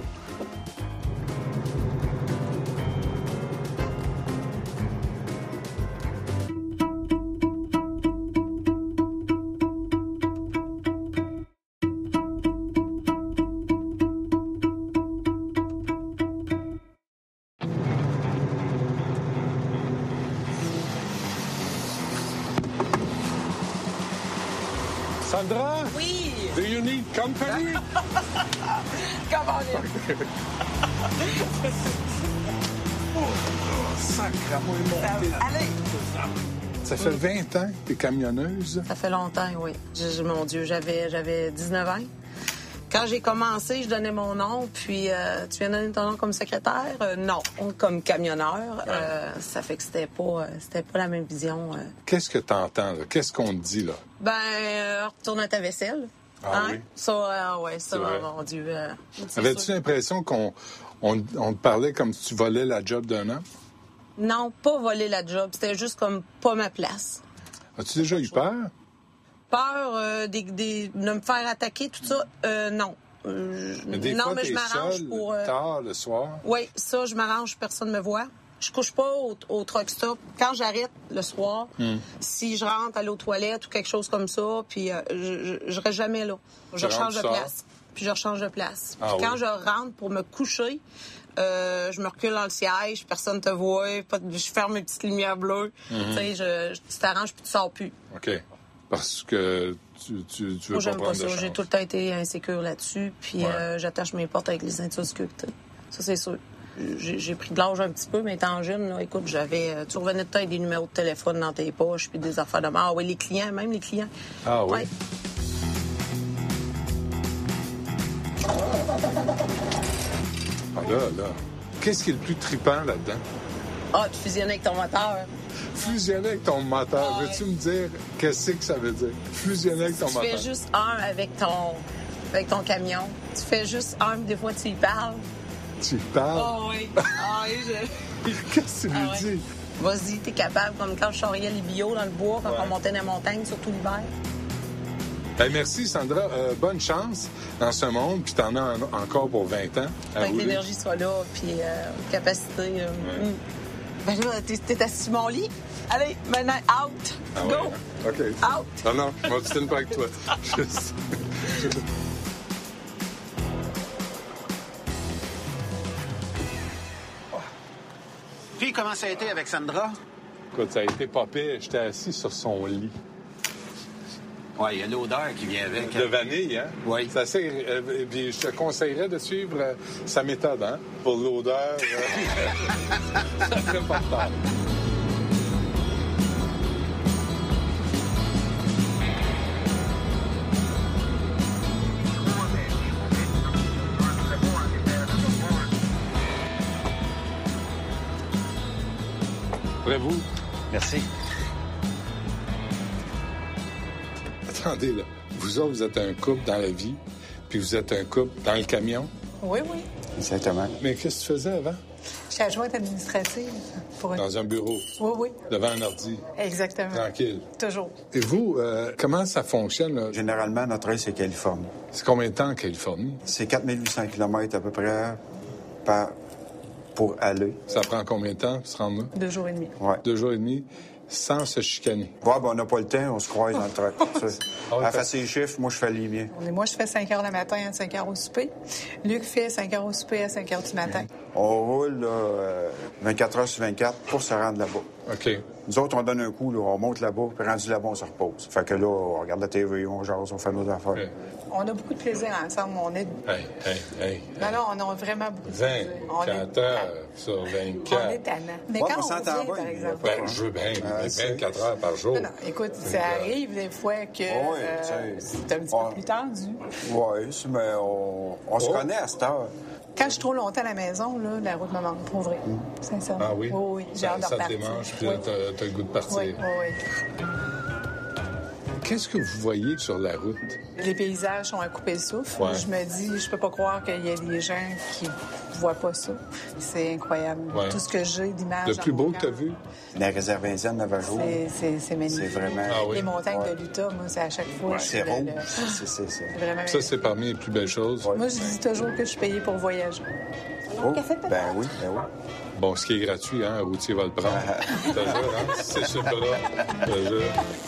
Sandra? Oui! Do you need company? Come on in. Sacre-moi mon Allez! Ça fait 20 ans que t'es camionneuse? Ça fait longtemps, oui. Mon Dieu, j'avais 19 ans. Quand j'ai commencé, je donnais mon nom, puis tu viens donner ton nom comme secrétaire? Non, comme camionneur. Ça fait que c'était pas la même vision. Qu'est-ce que t'entends, là? Qu'est-ce qu'on te dit, là? Retourne à ta vaisselle. Ah oui? Ça, mon Dieu. Avais-tu l'impression qu'on te parlait comme si tu volais la job d'un homme? Non, pas voler la job. C'était juste comme pas ma place. As-tu déjà eu peur? Peur de me faire attaquer, tout ça? Non. Mais je m'arrange seul, pour... tard le soir? Oui, ça, je m'arrange, personne ne me voit. Je couche pas au truck stop. Quand j'arrête le soir, si je rentre, aller aux toilettes ou quelque chose comme ça, puis je reste jamais là. Je rechange de place. Puis je rechange de place. Puis quand je rentre pour me coucher, je me recule dans le siège, personne te voit, je ferme mes petites lumières bleues. Tu sais, tu t'arranges puis tu sors plus. OK. Parce que tu veux moi, j'aime pas prendre ça. de chance. J'ai tout le temps été insécure là-dessus, puis j'attache mes portes avec les ceintures de sécurité. Ça, c'est sûr. J'ai pris de l'âge un petit peu, mais étant jeune, là, écoute, tu revenais de temps avec des numéros de téléphone dans tes poches, puis des affaires de mort. Ah oui, les clients, même les clients. Ah oui? Ouais. Ah là. Qu'est-ce qui est le plus trippant là-dedans? Ah, tu fusionnes avec ton moteur. Fusionner avec ton moteur. Veux-tu me dire qu'est-ce que ça veut dire? Fusionner avec ton moteur. Tu fais juste un avec ton camion. Tu fais juste un, des fois, tu y parles. Tu y parles? Ah oui. Ah oui, Qu'est-ce que tu lui dis? Vas-y, t'es capable, comme quand je charriais les bio dans le bois, quand on montait dans la montagne, surtout l'hiver. Ben, merci, Sandra. Bonne chance dans ce monde, puis t'en as encore pour 20 ans. Que l'énergie soit là, puis capacité. Ben là, t'es assis sur mon lit. Allez, maintenant, out. Go. Ouais, hein? OK. Out. Non, je m'obstine pas avec toi. Puis, comment ça a été avec Sandra? Écoute, ça a été pas pire. J'étais assis sur son lit. Oui, il y a l'odeur qui vient avec. De vanille, hein? Oui. C'est assez... puis je te conseillerais de suivre sa méthode, hein? Pour l'odeur. Ça ferait pas de tard. D'après vous? Merci. Attendez, là. Vous autres, vous êtes un couple dans la vie, puis vous êtes un couple dans le camion? Oui. Exactement. Mais qu'est-ce que tu faisais avant? J'étais adjointe administrative. Dans un bureau? Oui. Devant un ordi? Exactement. Tranquille? Toujours. Et vous, comment ça fonctionne, là? Généralement, notre aile, c'est Californie. C'est combien de temps en Californie? C'est 4800 km à peu près pour aller. Ça prend combien de temps pour se rendre là? 2 jours et demi. Ouais. 2 jours et demi, sans se chicaner. Ouais, on n'a pas le temps, on se croise dans le truck. Elle fait ses chiffres, moi, je fais les miens. Moi, je fais 5 heures le matin à 5 heures au souper. Luc fait 5 heures au souper à 5 heures du matin. On roule là, 24 heures sur 24 pour se rendre là-bas. OK. Nous autres, on donne un coup, là, on monte là-bas, puis rendu là-bas, on se repose. Fait que là, on regarde la TV, on jase, on fait nos affaires. Okay. On a beaucoup de plaisir ensemble. On est... Hey. Non, on a vraiment beaucoup de plaisir. 24 heures sur 24. On est tannant. Mais quand on vient, par exemple... Je veux bien, 24 heures par jour. Non, écoute, ça arrive des fois que c'est un petit peu plus tendu. Oui, mais on se connaît à cette heure. Quand je suis trop longtemps à la maison, là, la route me manque, pour vrai. Sincèrement. Ah oui? Oui, j'ai hâte de repartir. Ça te démange, puis t'as le goût de partir. Oui. Qu'est-ce que vous voyez sur la route? Les paysages sont à couper le souffle. Ouais. Je me dis, je peux pas croire qu'il y a des gens qui voient pas ça. C'est incroyable. Ouais. Tout ce que j'ai d'images. Le plus beau que tu as vu? La réserve indienne de Navajo. C'est magnifique. C'est vraiment... Les montagnes de l'Utah, moi, c'est à chaque fois. C'est rouge. C'est vraiment... Ça, c'est parmi les plus belles choses. Moi, je dis toujours que je suis payée pour voyager. Ben oui. Bon, ce qui est gratuit, hein, un routier va le prendre. Je te jure, hein? C'est sur le là. Je te jure.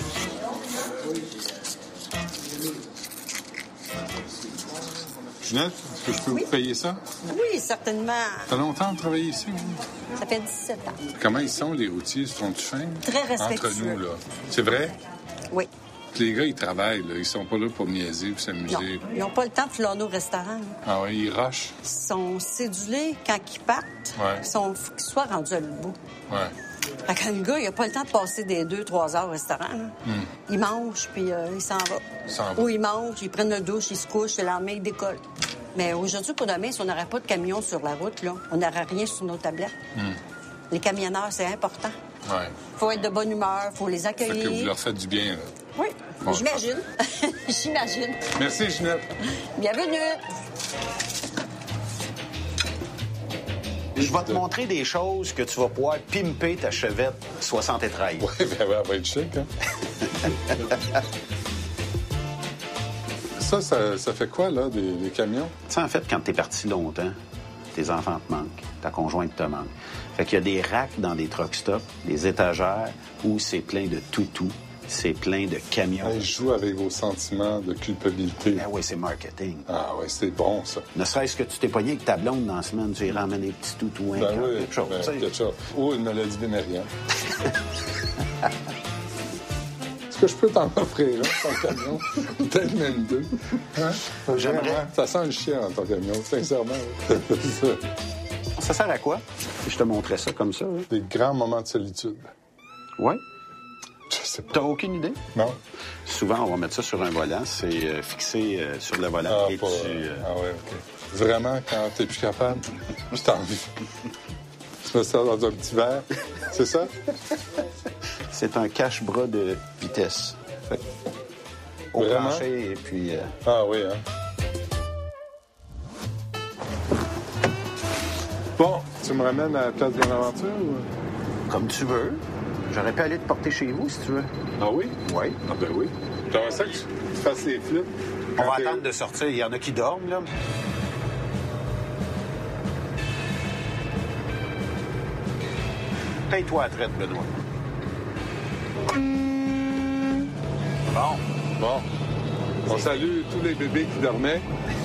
Ginette, est-ce que je peux vous payer ça? Oui, certainement. Ça fait longtemps de travailler ici, vous? Ça fait 17 ans. Comment ils sont, les routiers? Sont-ils fins? Très respectueux. Entre nous, là. C'est vrai? Oui. Les gars, ils travaillent, là. Ils sont pas là pour niaiser ou s'amuser. Non. Ils n'ont pas le temps de flâner au restaurant. Ah oui, ils rushent. Ils sont cédulés quand ils partent. Ouais. Faut qu'ils soient rendus à l'autre bout. Ouais. Fait que le gars, il n'a pas le temps de passer des 2-3 heures au restaurant. Il mange, puis il s'en va. Ou il mange, il prend une douche, il se couche, le lendemain, il décolle. Mais aujourd'hui, pour demain, si on n'aurait pas de camions sur la route, là, on n'aurait rien sur nos tablettes. Les camionneurs, c'est important. Ouais. Faut être de bonne humeur, faut les accueillir. Fait que vous leur faites du bien, là. Oui, bon, j'imagine. J'imagine. Merci, Ginette. Bienvenue. Je vais te montrer des choses que tu vas pouvoir pimper ta Chevette 73. Oui, ben elle va être chic, hein? Ça fait quoi, là, des camions? Tu sais, en fait, quand t'es parti longtemps, tes enfants te manquent, ta conjointe te manque. Fait qu'il y a des racks dans des truck stops, des étagères, où c'est plein de toutous, c'est plein de camions. Je joue avec vos sentiments de culpabilité. Ah oui, c'est marketing. Ah oui, c'est bon, ça. Ne serait-ce que tu t'es pogné avec ta blonde dans la semaine, tu y ramènes des petits toutous, ben oui, quelque chose. Quelque chose. Ou une maladie vénérienne. Est-ce que je peux t'en offrir un, ton camion? Peut-être même 2. Hein? J'aimerais. Ça sent le chien dans ton camion, sincèrement. Ça sert à quoi? Je te montrais ça comme ça. Des grands moments de solitude. Oui? Je sais pas. T'as aucune idée? Non. Souvent, on va mettre ça sur un volant. C'est fixé sur le volant. Ah oui, OK. Vraiment, quand t'es plus capable, je t'en envie. Tu mets ça dans un petit verre. C'est ça? C'est un cache-bras de vitesse. Fait, au Vraiment? plancher, et puis... Ah oui, hein? Bon, tu me ramènes à la place Bonaventure ou... Comme tu veux. J'aurais pu aller te porter chez vous, si tu veux. Ah oui? Oui. Ah ben oui. J'aimerais ça que tu fasses les flips. On va attendre de sortir. Il y en a qui dorment, là. Paye-toi à traite, Benoît. Bon. On salue tous les bébés qui dormaient.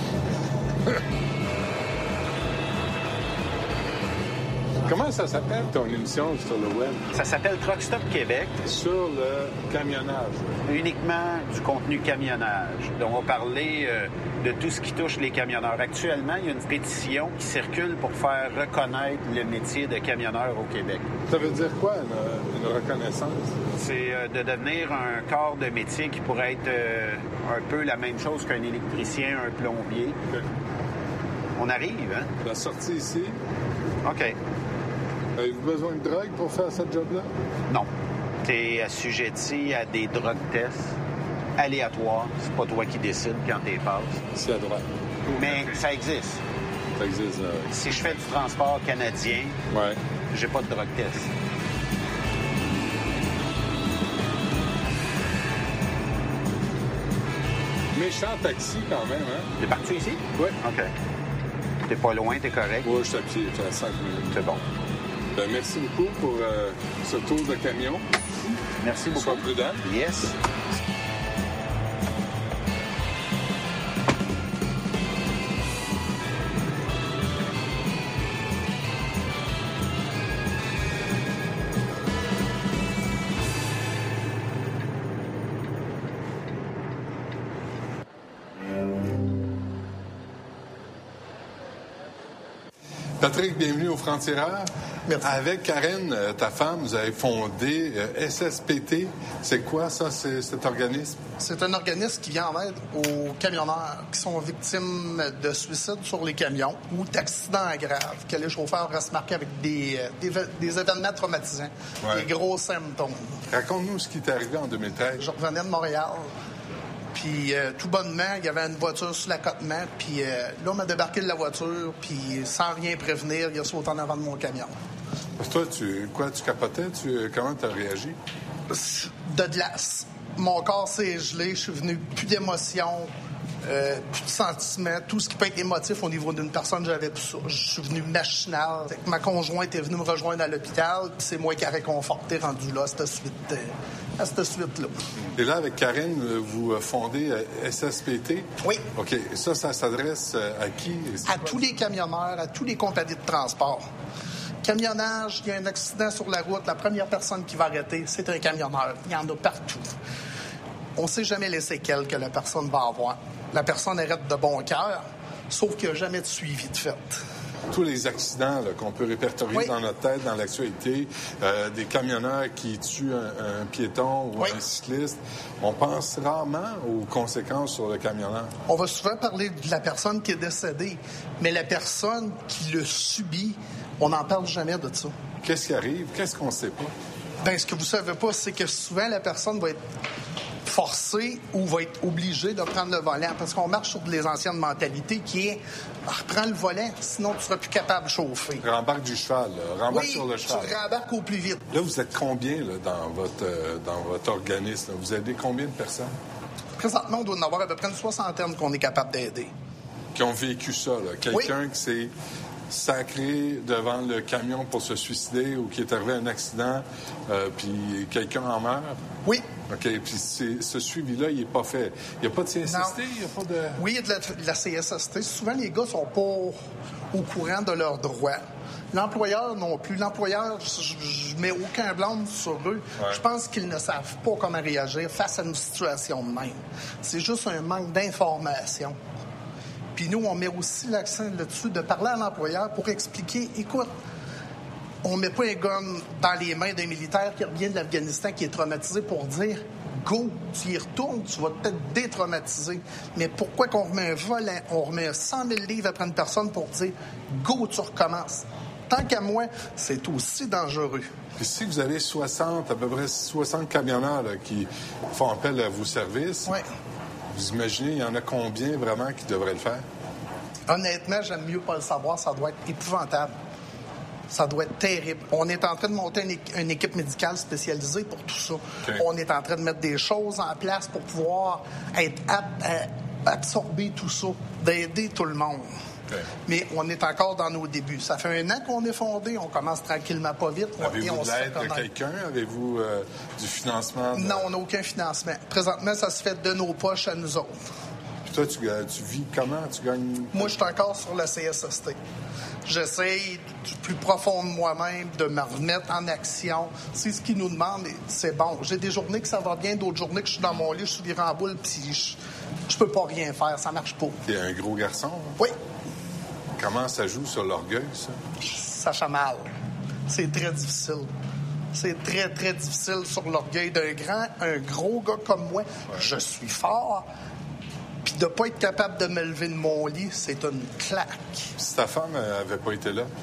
Comment ça s'appelle, ton émission sur le web? Ça s'appelle Truck Stop Québec. Sur le camionnage. Uniquement du contenu camionnage. Donc, on va parler de tout ce qui touche les camionneurs. Actuellement, il y a une pétition qui circule pour faire reconnaître le métier de camionneur au Québec. Ça veut dire quoi, une reconnaissance? C'est de devenir un corps de métier qui pourrait être un peu la même chose qu'un électricien, un plombier. Okay. On arrive, hein? La sortie ici. OK. Avez-vous besoin de drogue pour faire ce job-là? Non. Tu es assujetti à des drug tests aléatoires. C'est pas toi qui décides quand tu passes. C'est à droite. Mais ça existe. Ça existe, Si je fais du transport canadien, j'ai pas de drug test. Méchant taxi quand même, hein? T'es parti ici? Oui. OK. T'es pas loin, t'es correct? Oui, je suis à pied, j'ai à 5 minutes. C'est bon. Ben, merci beaucoup pour ce tour de camion. Merci beaucoup. Sois prudent. Yes. Patrick, bienvenue au Franc-Tireur. Merci. Avec Karen, ta femme, vous avez fondé SSPT. C'est quoi ça, cet organisme? C'est un organisme qui vient en aide aux camionneurs qui sont victimes de suicides sur les camions ou d'accidents graves, que les chauffeurs restent marqués avec des événements traumatisants, des gros symptômes. Raconte-nous ce qui t'est arrivé en 2013. Je revenais de Montréal. Puis tout bonnement, il y avait une voiture sur l'accotement. Puis là, on m'a débarqué de la voiture. Puis sans rien prévenir, il a sauté en avant de mon camion. Parce que toi, tu capotais? Comment tu as réagi? De glace. Mon corps s'est gelé. Je suis venu plus d'émotion, plus de sentiments. Tout ce qui peut être émotif au niveau d'une personne, j'avais plus ça. Je suis venu machinal. Ma conjointe est venue me rejoindre à l'hôpital. Puis c'est moi qui a réconforté rendu là à cette suite-là. Et là, avec Karen, vous fondez SSPT? Oui. OK. Ça s'adresse à qui? À tous les camionneurs, à tous les compagnies de transport. Camionnage, il y a un accident sur la route, la première personne qui va arrêter, c'est un camionneur. Il y en a partout. On ne sait jamais les séquelles que la personne va avoir. La personne arrête de bon cœur, sauf qu'il n'y a jamais de suivi de fait. Tous les accidents là, qu'on peut répertorier dans notre tête, dans l'actualité, des camionneurs qui tuent un piéton ou un cycliste, on pense rarement aux conséquences sur le camionneur. On va souvent parler de la personne qui est décédée, mais la personne qui le subit, on n'en parle jamais de ça. Qu'est-ce qui arrive? Qu'est-ce qu'on ne sait pas? Bien, ce que vous ne savez pas, c'est que souvent, la personne va être forcée ou va être obligée de prendre le volant parce qu'on marche sur les anciennes mentalités qui est « reprends le volant, sinon tu ne seras plus capable de chauffer ». Rembarque du cheval, là. Rembarque sur le cheval. Tu rembarques au plus vite. Là, vous êtes combien là, dans votre organisme? Vous aidez combien de personnes? Présentement, on doit en avoir à peu près une soixantaine qu'on est capable d'aider. Qui ont vécu ça, là. Quelqu'un qui s'est sacré devant le camion pour se suicider ou qui est arrivé à un accident, puis quelqu'un en meurt? Oui. OK, puis ce suivi-là, il n'est pas fait. Il n'y a pas de CSST? Il n'y a pas de... Oui, il y a de la CSST. Souvent, les gars ne sont pas au courant de leurs droits. L'employeur non plus. L'employeur, je mets aucun blâme sur eux. Ouais. Je pense qu'ils ne savent pas comment réagir face à une situation de même. C'est juste un manque d'information. Puis nous, on met aussi l'accent là-dessus de parler à l'employeur pour expliquer, écoute, on ne met pas un gun dans les mains d'un militaire qui revient de l'Afghanistan, qui est traumatisé pour dire « Go, tu y retournes, tu vas peut-être détraumatiser. » Mais pourquoi qu'on remet un volant, on remet 100 000 livres après une personne pour dire « Go, tu recommences. » Tant qu'à moi, c'est aussi dangereux. Puis si vous avez à peu près 60 camionneurs là, qui font appel à vos services, vous imaginez, il y en a combien vraiment qui devraient le faire? Honnêtement, j'aime mieux pas le savoir. Ça doit être épouvantable. Ça doit être terrible. On est en train de monter une équipe médicale spécialisée pour tout ça. Okay. On est en train de mettre des choses en place pour pouvoir être apte à absorber tout ça, d'aider tout le monde. Okay. Mais on est encore dans nos débuts. Ça fait 1 an qu'on est fondé. On commence tranquillement, pas vite. Avez-vous de l'aide de quelqu'un? Avez-vous du financement? Non, on n'a aucun financement. Présentement, ça se fait de nos poches à nous autres. Puis toi, tu vis comment? Tu gagnes... Moi, je suis encore sur la CSST. J'essaye du plus profond de moi-même de me remettre en action. C'est ce qu'ils nous demandent et c'est bon. J'ai des journées que ça va bien, d'autres journées que je suis dans mon lit, je suis viré en boule, puis je peux pas rien faire. Ça marche pas. T'es un gros garçon? Hein? Oui. Comment ça joue sur l'orgueil, ça? Ça fait mal. C'est très difficile. C'est très, très difficile sur l'orgueil un gros gars comme moi. Ouais. Je suis fort. Puis de ne pas être capable de me lever de mon lit, c'est une claque. Si ta femme n'avait pas été là?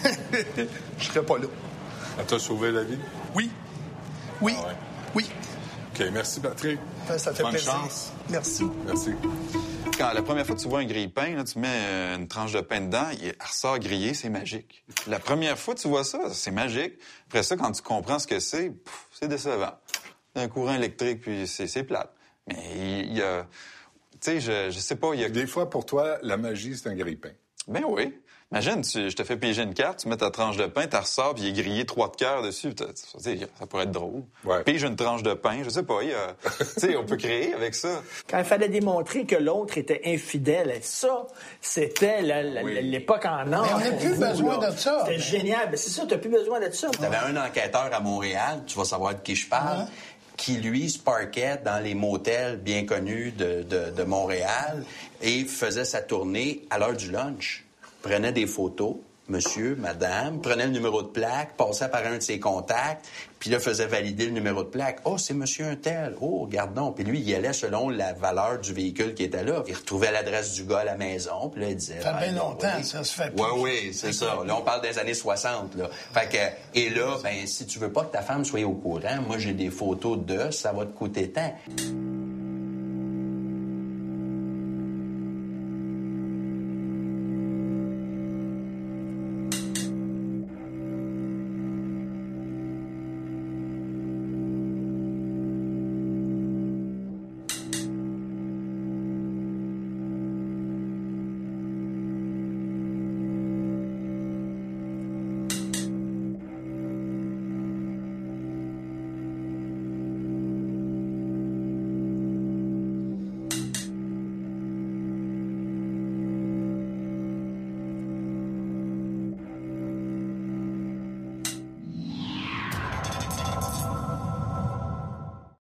je serais pas là. Elle t'a sauvé la vie? Oui. Oui. Ah ouais. Oui. OK, merci, Patrick. Ça fait Bonne plaisir. chance. Merci. Merci. Quand la première fois que tu vois un grille-pain, là, tu mets une tranche de pain dedans, il ressort grillé, c'est magique. La première fois que tu vois ça, c'est magique. Après ça, quand tu comprends ce que c'est décevant. Un courant électrique, puis c'est plate. Mais il y a... Tu sais, je sais pas, il y a... Des fois, pour toi, la magie, c'est un grille-pain. Ben oui. Imagine, je te fais piéger une carte, tu mets ta tranche de pain, tu ressors, puis il est grillé 3 de cœur dessus. Ça pourrait être drôle. Ouais. Pige une tranche de pain, je sais pas. On peut créer avec ça. Quand il fallait démontrer que l'autre était infidèle, ça, c'était l'époque en or. Mais on n'a plus besoin de ça. C'était génial. Mais c'est ça, tu n'as plus besoin de ça. Tu avais un enquêteur à Montréal, tu vas savoir de qui je parle, qui, lui, se parquait dans les motels bien connus de Montréal et faisait sa tournée à l'heure du lunch. Prenait des photos, monsieur, madame, prenait le numéro de plaque, passait par un de ses contacts, puis là, faisait valider le numéro de plaque. « Oh, c'est monsieur un tel. Oh, regarde donc. » Puis lui, il y allait selon la valeur du véhicule qui était là. Il retrouvait l'adresse du gars à la maison, puis là, il disait... Ça fait bien longtemps, ça se fait plus. Oui, c'est ça. Là, on parle des années 60, là. Fait que, et là, ben, si tu veux pas que ta femme soit au courant, moi, j'ai des photos ça va te coûter tant.